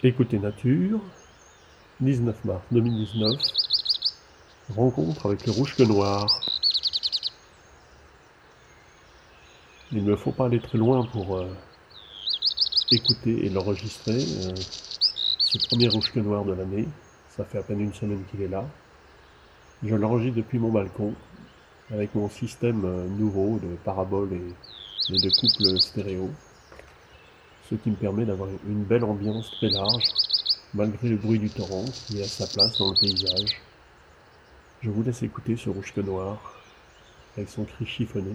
Écoutez Nature, 19 mars 2019, rencontre avec le rouge-queue-noir. Il ne me faut pas aller très loin pour écouter et l'enregistrer. Ce premier rouge-queue-noir de l'année, ça fait à peine une semaine qu'il est là. Je l'enregistre depuis mon balcon, avec mon système nouveau de parabole et de couple stéréo, ce qui me permet d'avoir une belle ambiance très large, malgré le bruit du torrent qui est à sa place dans le paysage. Je vous laisse écouter ce rouge-queue-noir, avec son cri chiffonné.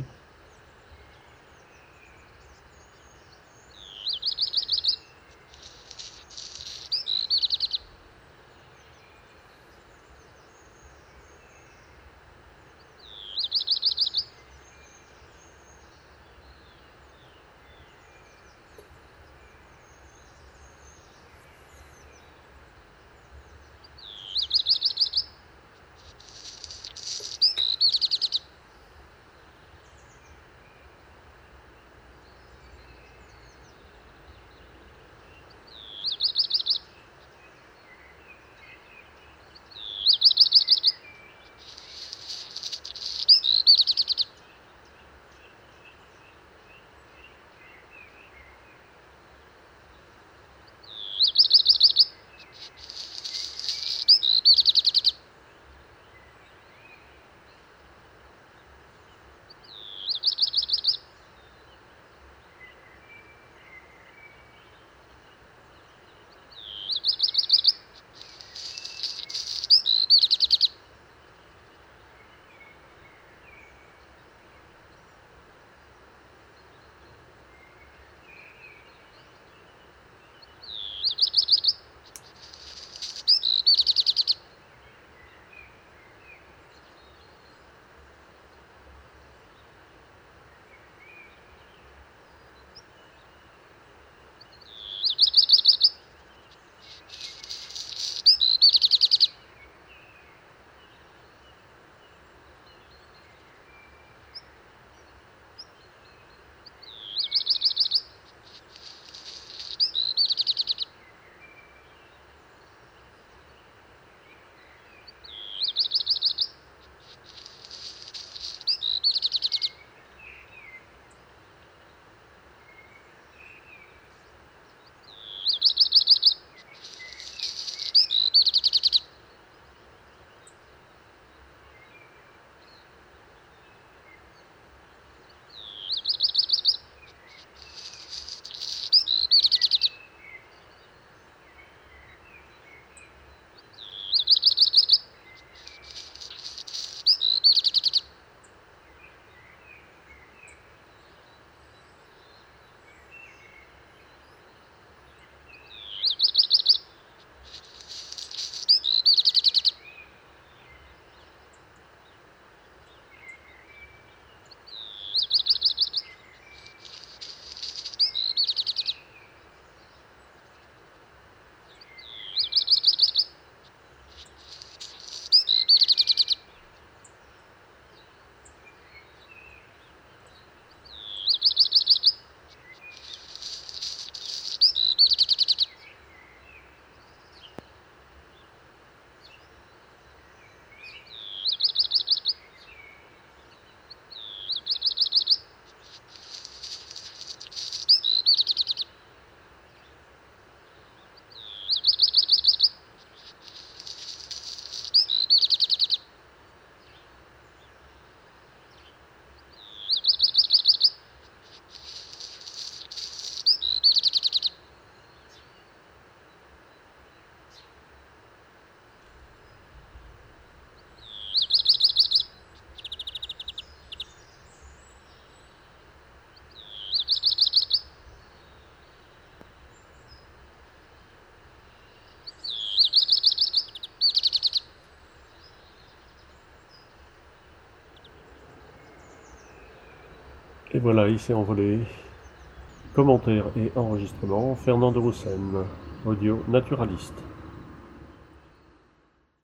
Et voilà, il s'est envolé. Commentaires et enregistrements, Fernand de Roussen, audio naturaliste.